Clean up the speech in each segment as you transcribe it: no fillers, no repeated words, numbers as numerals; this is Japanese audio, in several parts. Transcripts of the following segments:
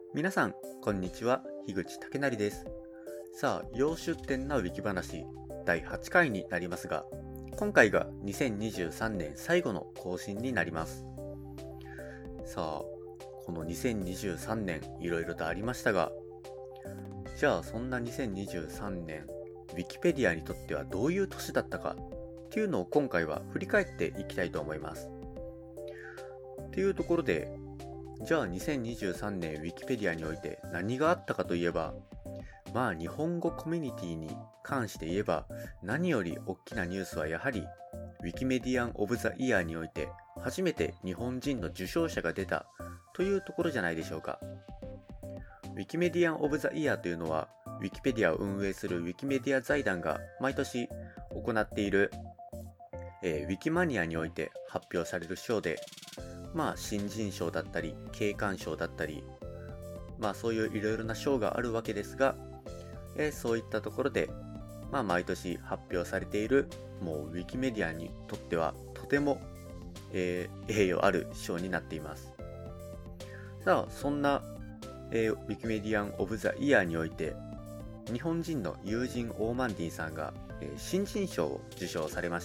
皆さん、こんにちは。樋口武成です。さあ、要出典なウィキ話第8回になりますが、今回が2023年最後の更新になります。さあ、この2023年いろいろとありましたが、じゃあそんな2023年、ウィキペディアにとってはどういう年だったかっていうのを今回は振り返っていきたいと思います。というところで、じゃあ2023年ウィキペディアにおいて何があったかといえば、日本語コミュニティに関して言えば何より大きなニュースはやはりウィキメディアン・オブ・ザ・イヤーにおいて初めて日本人の受賞者が出たというところじゃないでしょうか。ウィキメディアン・オブ・ザ・イヤーというのはウィキペディアを運営するウィキメディア財団が毎年行っている、ウィキマニアにおいて発表される賞で、新人賞だったり景観賞だったり、そういういろいろな賞があるわけですが、そういったところで、毎年発表されているもうウィキメディアにとってはとても、栄誉ある賞になっています。さあ、そんな、ウィキメディアン・オブ・ザ・イヤーにおいて日本人のユージン・オーマンディさんが、新人賞を受賞されました。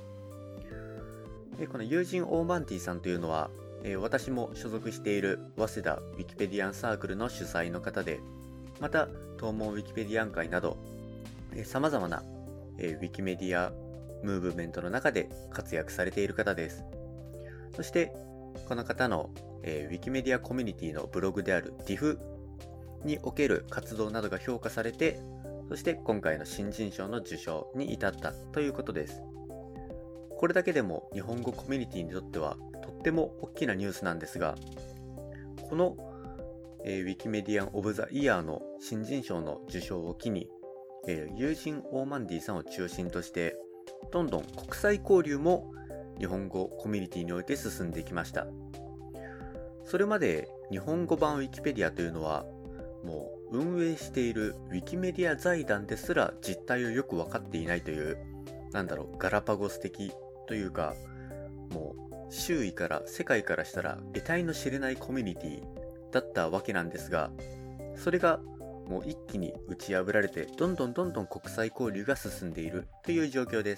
このユージン・オーマンディさんというのは、私も所属している早稲田ウィキペディアンサークルの主催の方で、また東門ウィキペディアン会など様々なウィキメディアムーブメントの中で活躍されている方です。そしてこの方のウィキメディアコミュニティのブログである DIF における活動などが評価されて、そして今回の新人賞の受賞に至ったということです。これだけでも日本語コミュニティにとってはとっても大きなニュースなんですが、この、ウィキメディアン・オブ・ザ・イヤーの新人賞の受賞を機に、ユージン・オーマンディさんを中心としてどんどん国際交流も日本語コミュニティにおいて進んでいきました。それまで日本語版ウィキペディアというのはもう運営しているウィキメディア財団ですら実態をよく分かっていないという、ガラパゴス的というか、もう周囲から世界からしたら得体の知れないコミュニティだったわけなんですが、それがもう一気に打ち破られてどんどん国際交流が進んでいるという状況です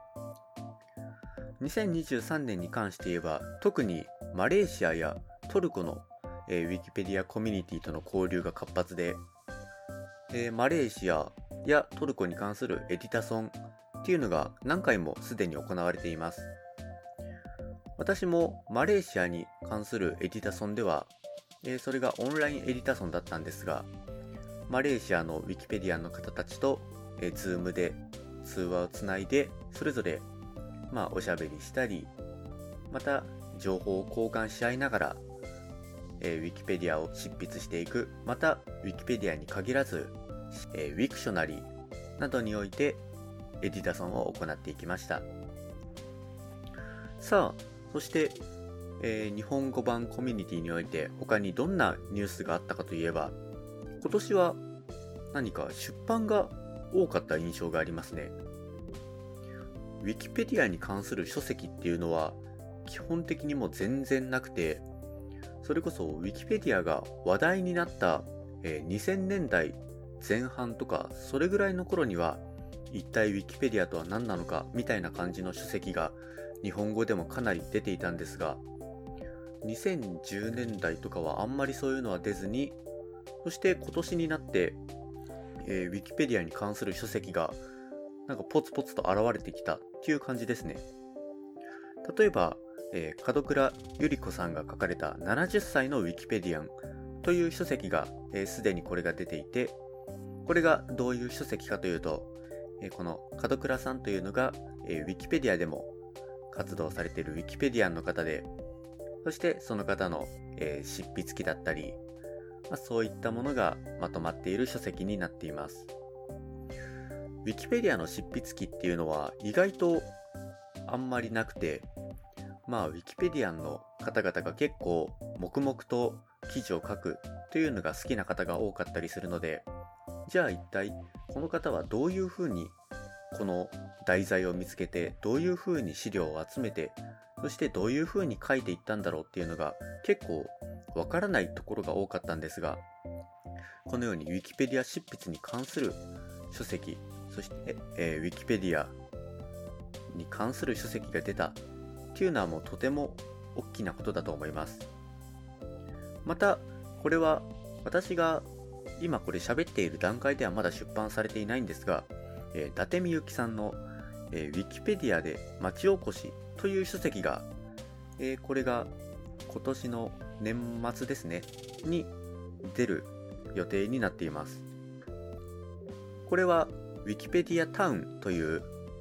。2023年に関して言えば特にマレーシアやトルコの、ウィキペディアコミュニティとの交流が活発で、マレーシアやトルコに関するエディタソンっていうのが何回もすでに行われています。私もマレーシアに関するエディタソンでは、それがオンラインエディタソンだったんですが、マレーシアのウィキペディアンの方たちと、Zoom で通話をつないでそれぞれ、おしゃべりしたり、また情報を交換し合いながら、ウィキペディアを執筆していく、またウィキペディアに限らず、ウィクショナリーなどにおいてエディタソンを行っていきました。さあ、そして、日本語版コミュニティにおいて他にどんなニュースがあったかといえば、今年は何か出版が多かった印象がありますね。ウィキペディアに関する書籍っていうのは基本的にもう全然なくて、それこそウィキペディアが話題になった、2000年代前半とかそれぐらいの頃には一体ウィキペディアとは何なのかみたいな感じの書籍が日本語でもかなり出ていたんですが、2010年代とかはあんまりそういうのは出ずに、そして今年になって、ウィキペディアに関する書籍がポツポツと現れてきたっていう感じですね。例えば、門倉ゆり子さんが書かれた70歳のウィキペディアンという書籍がすでにこれが出ていて、これがどういう書籍かというと、この門倉さんというのが、ウィキペディアでも活動されているウィキペディアンの方で、そしてその方の、執筆記だったり、そういったものがまとまっている書籍になっています。ウィキペディアの執筆記っていうのは意外とあんまりなくて、ウィキペディアンの方々が結構黙々と記事を書くというのが好きな方が多かったりするので、じゃあ一体この方はどういうふうにこの題材を見つけて、どういうふうに資料を集めて、そしてどういうふうに書いていったんだろうっていうのが結構わからないところが多かったんですが、このように Wikipedia 執筆に関する書籍、そして、Wikipedia に関する書籍が出たっていうのはもうとても大きなことだと思います。また、これは私が今これ喋っている段階ではまだ出版されていないんですが、伊達みゆきさんの、Wikipedia で町おこしという書籍が、これが今年の年末ですね、に出る予定になっています。これは Wikipedia Town という、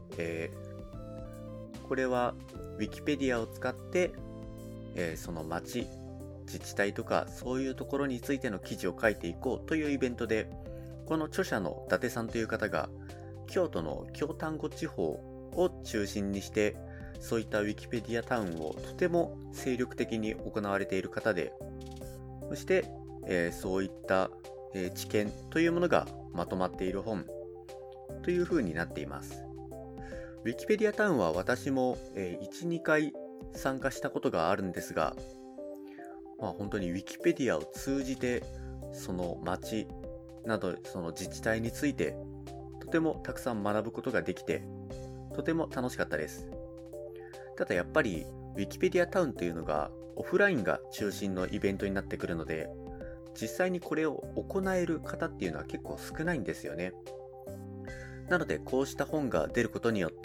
これは Wikipedia を使って、その町、自治体とかそういうところについての記事を書いていこうというイベントで、この著者の伊達さんという方が京都の京丹後地方を中心にしてそういった Wikipedia タウンをとても精力的に行われている方で、そして、そういった、知見というものがまとまっている本という風になっています。Wikipedia タウンは私も、1、2回参加したことがあるんですが、本当に Wikipedia を通じてその町などその自治体についてとてもたくさん学ぶことができてとても楽しかったです。ただやっぱり Wikipedia タウンというのがオフラインが中心のイベントになってくるので、実際にこれを行える方っていうのは結構少ないんですよね。なのでこうした本が出ることによって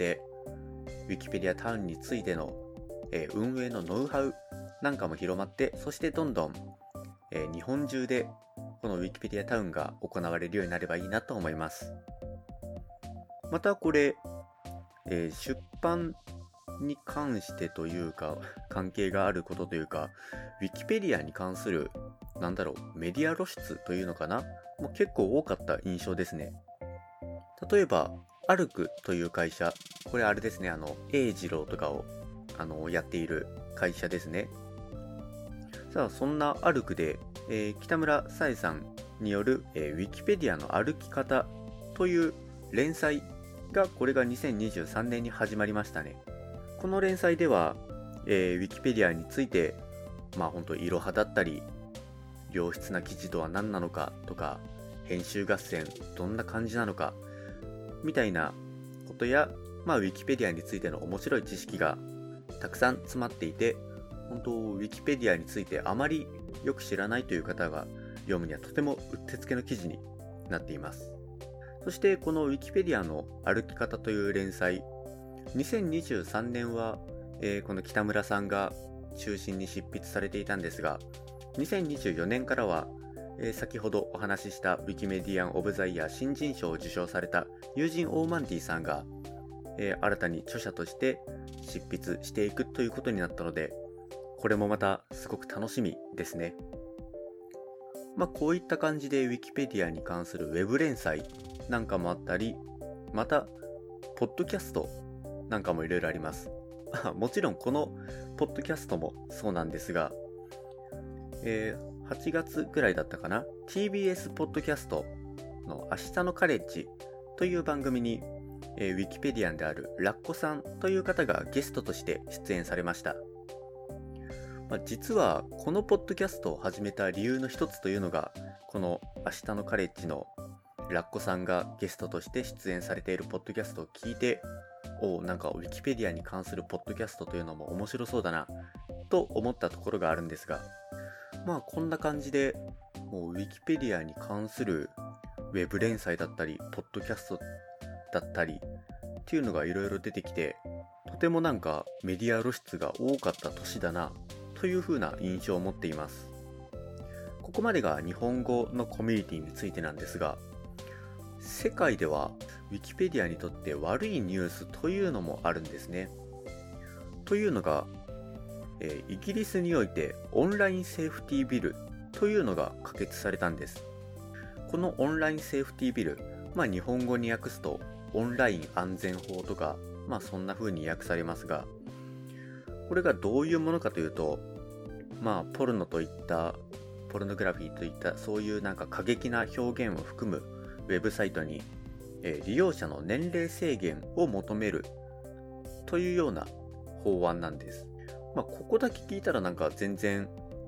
Wikipedia タウンについての、運営のノウハウなんかも広まって、そしてどんどん、日本中でこの Wikipedia タウンが行われるようになればいいなと思います。またこれ、出版に関してというか関係があることというか Wikipedia に関するメディア露出というのかなもう結構多かった印象ですね。例えばアルクという会社、これあれですね、英二郎とかをやっている会社ですね。さあそんなアルクで、北村沙絵さんによる、Wikipedia の歩き方という連載がこれが2023年に始まりましたね。この連載では、Wikipedia について本当いろはだったり良質な記事とは何なのかとか編集合戦どんな感じなのかみたいなことや、Wikipedia についての面白い知識がたくさん詰まっていて、本当 Wikipedia についてあまりよく知らないという方が読むにはとてもうってつけの記事になっています。そしてこの Wikipedia の歩き方という連載、2023年は、この北村さんが中心に執筆されていたんですが、2024年からは、先ほどお話しした Wikimedian of the Year 新人賞を受賞されたユージン・オーマンディさんが、新たに著者として執筆していくということになったので、これもまたすごく楽しみですね。こういった感じで Wikipedia に関するウェブ連載なんかもあったり、またポッドキャストなんかもいろいろあります。もちろんこのポッドキャストもそうなんですが、8月ぐらいだったかな、 TBS ポッドキャストの明日のカレッジという番組に、ウィキペディアンであるラッコさんという方がゲストとして出演されました。実はこのポッドキャストを始めた理由の一つというのが、この明日のカレッジのラッコさんがゲストとして出演されているポッドキャストを聞いて、なんかウィキペディアに関するポッドキャストというのも面白そうだなと思ったところがあるんですが、こんな感じでもうウィキペディアに関するウェブ連載だったりポッドキャストだったりっていうのがいろいろ出てきて、とてもなんかメディア露出が多かった年だなという風な印象を持っています。ここまでが日本語のコミュニティについてなんですが、世界ではウィキペディアにとって悪いニュースというのもあるんですね。というのが、イギリスにおいてオンラインセーフティービルというのが可決されたんです。このオンラインセーフティービル、日本語に訳すとオンライン安全法とか、そんな風に訳されますが、これがどういうものかというと、ポルノといったポルノグラフィーといったそういうなんか過激な表現を含むウェブサイトに、利用者の年齢制限を求めるというような法案なんです。ここだけ聞いたらなんか全然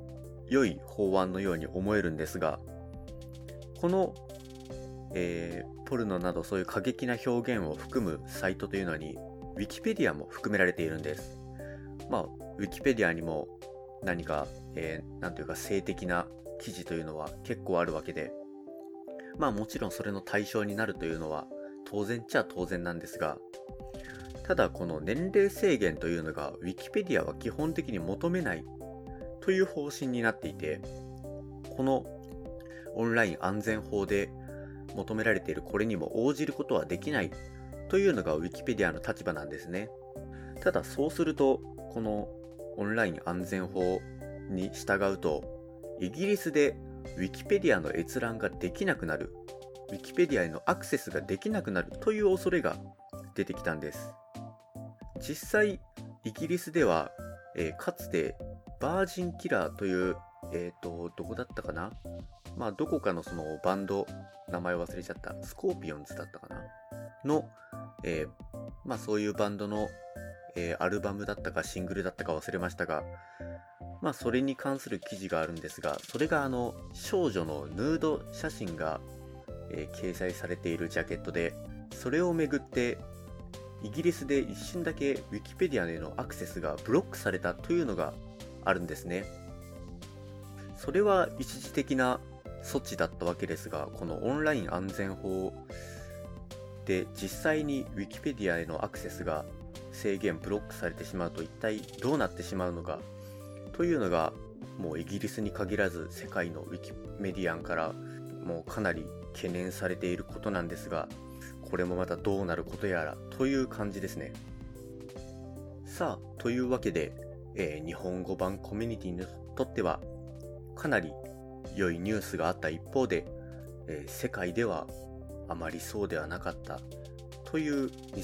良い法案のように思えるんですが、この、ポルノなどそういう過激な表現を含むサイトというのにウィキペディアも含められているんです。ウィキペディアにも何か、なんというか性的な記事というのは結構あるわけで、もちろんそれの対象になるというのは当然っちゃ当然なんですが、ただこの年齢制限というのがウィキペディアは基本的に求めないという方針になっていて、このオンライン安全法で求められているこれにも応じることはできないというのがウィキペディアの立場なんですね。ただそうすると、このオンライン安全法に従うと、イギリスでウィキペディアの閲覧ができなくなる、ウィキペディアへのアクセスができなくなるという恐れが出てきたんです。実際、イギリスでは、かつてバージンキラーという、どこだったかな、どこかのそのバンド、名前忘れちゃった、スコーピオンズだったかなの、そういうバンドの、アルバムだったかシングルだったか忘れましたが、それに関する記事があるんですが、それが少女のヌード写真が、掲載されているジャケットで、それをめぐってイギリスで一瞬だけウィキペディアへのアクセスがブロックされたというのがあるんですね。それは一時的な措置だったわけですが、このオンライン安全法で実際にウィキペディアへのアクセスが制限ブロックされてしまうと一体どうなってしまうのかというのが、もうイギリスに限らず世界のウィキメディアンからもうかなり懸念されていることなんですが、これもまたどうなることやらという感じですね。さあ、というわけで、日本語版コミュニティにとってはかなり良いニュースがあった一方で、世界ではあまりそうではなかったという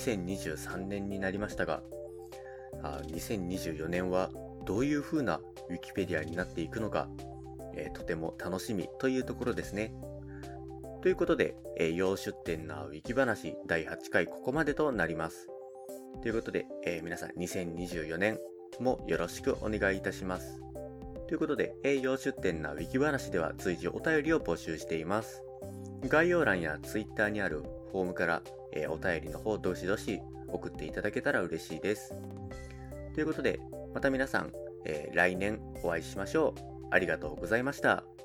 2023年になりましたが、2024年はどういう風なウィキペディアになっていくのか、とても楽しみというところですね。ということで、要出展なウィキ話第8回ここまでとなります。ということで、皆さん2024年もよろしくお願いいたします。ということで、要出展なウィキ話では随時お便りを募集しています。概要欄や Twitter にあるフォームから、お便りの方どしどし送っていただけたら嬉しいです。ということで、また皆さん、来年お会いしましょう。ありがとうございました。